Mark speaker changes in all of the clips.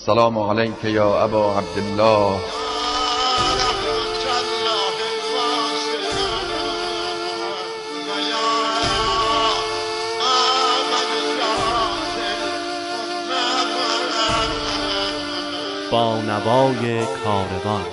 Speaker 1: السلام علیک یا ابا عبدالله.
Speaker 2: با نوای کاروان.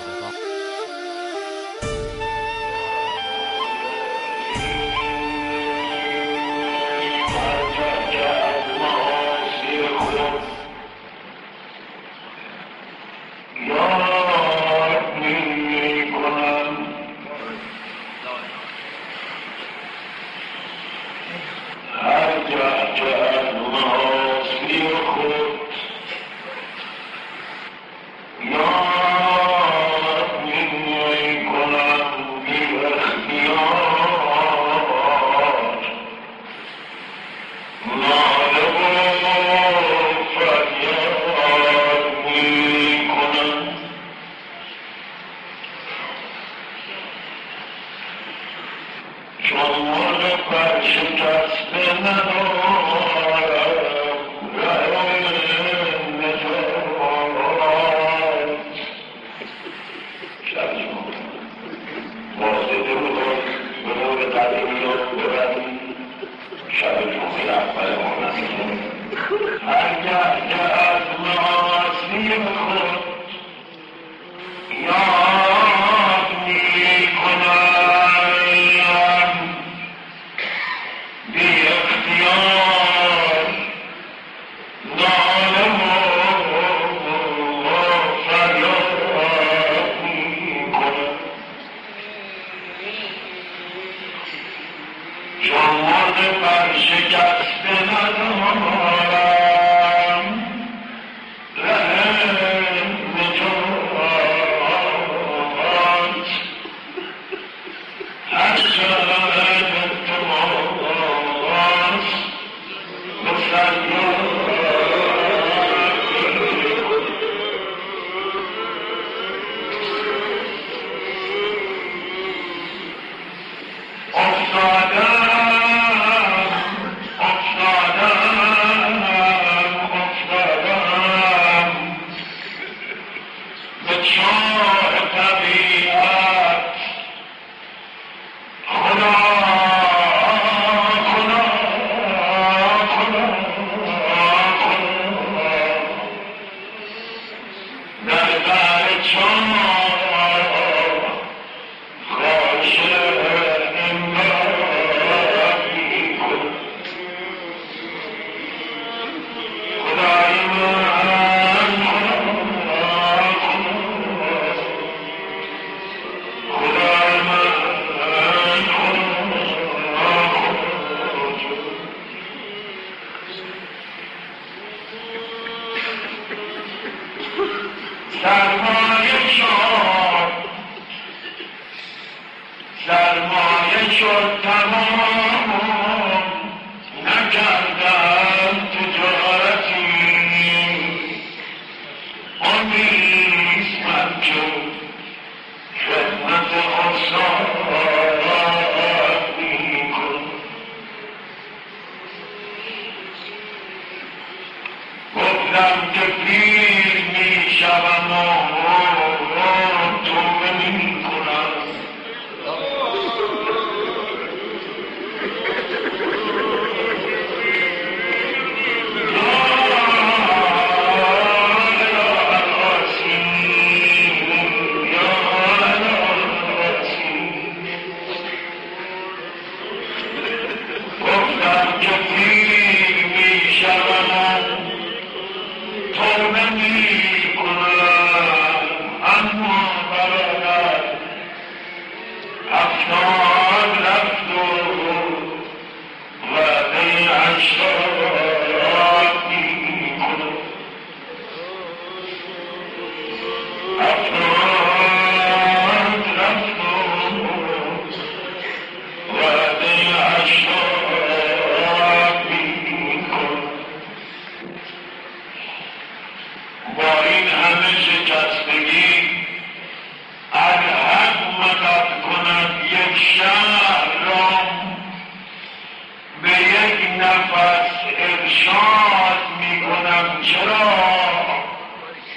Speaker 3: نفس ارشاد میکنم چرا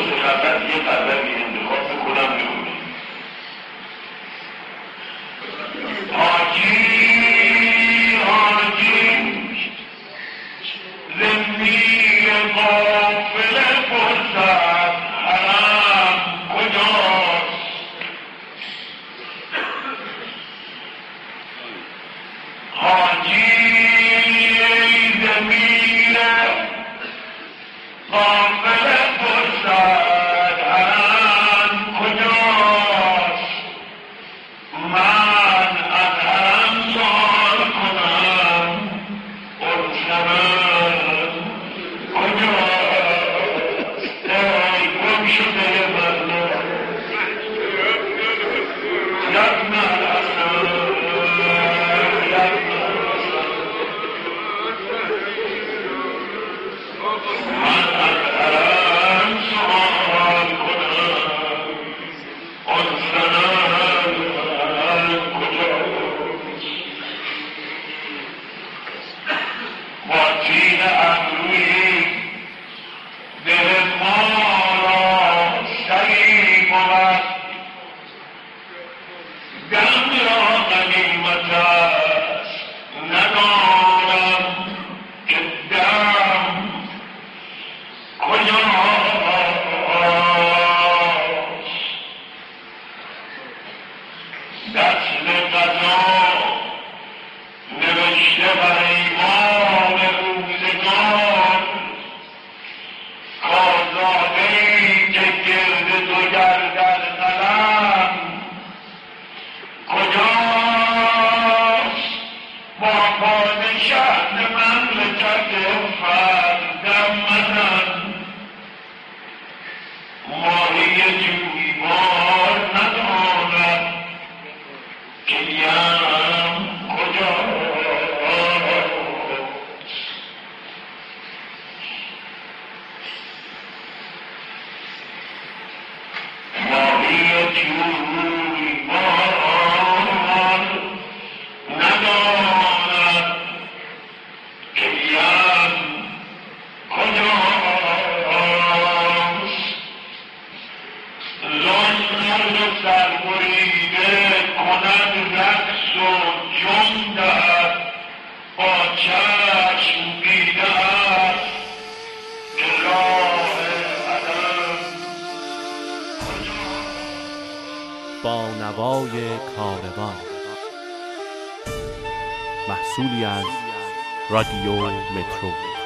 Speaker 3: فقط یه قدمی انتخاب بکنم بگویم حاجی زندگی غافل فرصت حرم کجاست حاجی زمین غافل فرصت حرم کجاست من از حرم سوال کنم ارسمن کجاست ای گم شده من یبن الحسن من از حرم سوال کنم ارسمن کجاست با تین ابرویی دل ما را سری بود دم را غنیمت است ندانم که دم کجاست دست قضا نوشته بر ایمان روزگار کازاده‌ای که گرد تو گردد قلم کجاست با پادشه مملکت فردم مزن ماهی جویبار نداند که یم کجاست ماهی جویبار نداند که یم کجاست زان مرد سربریده کند رقص و جم دهد با چشم دیده است که راه عدم کجاست
Speaker 2: با نوای کاروان، محصولی از رادیو مترو.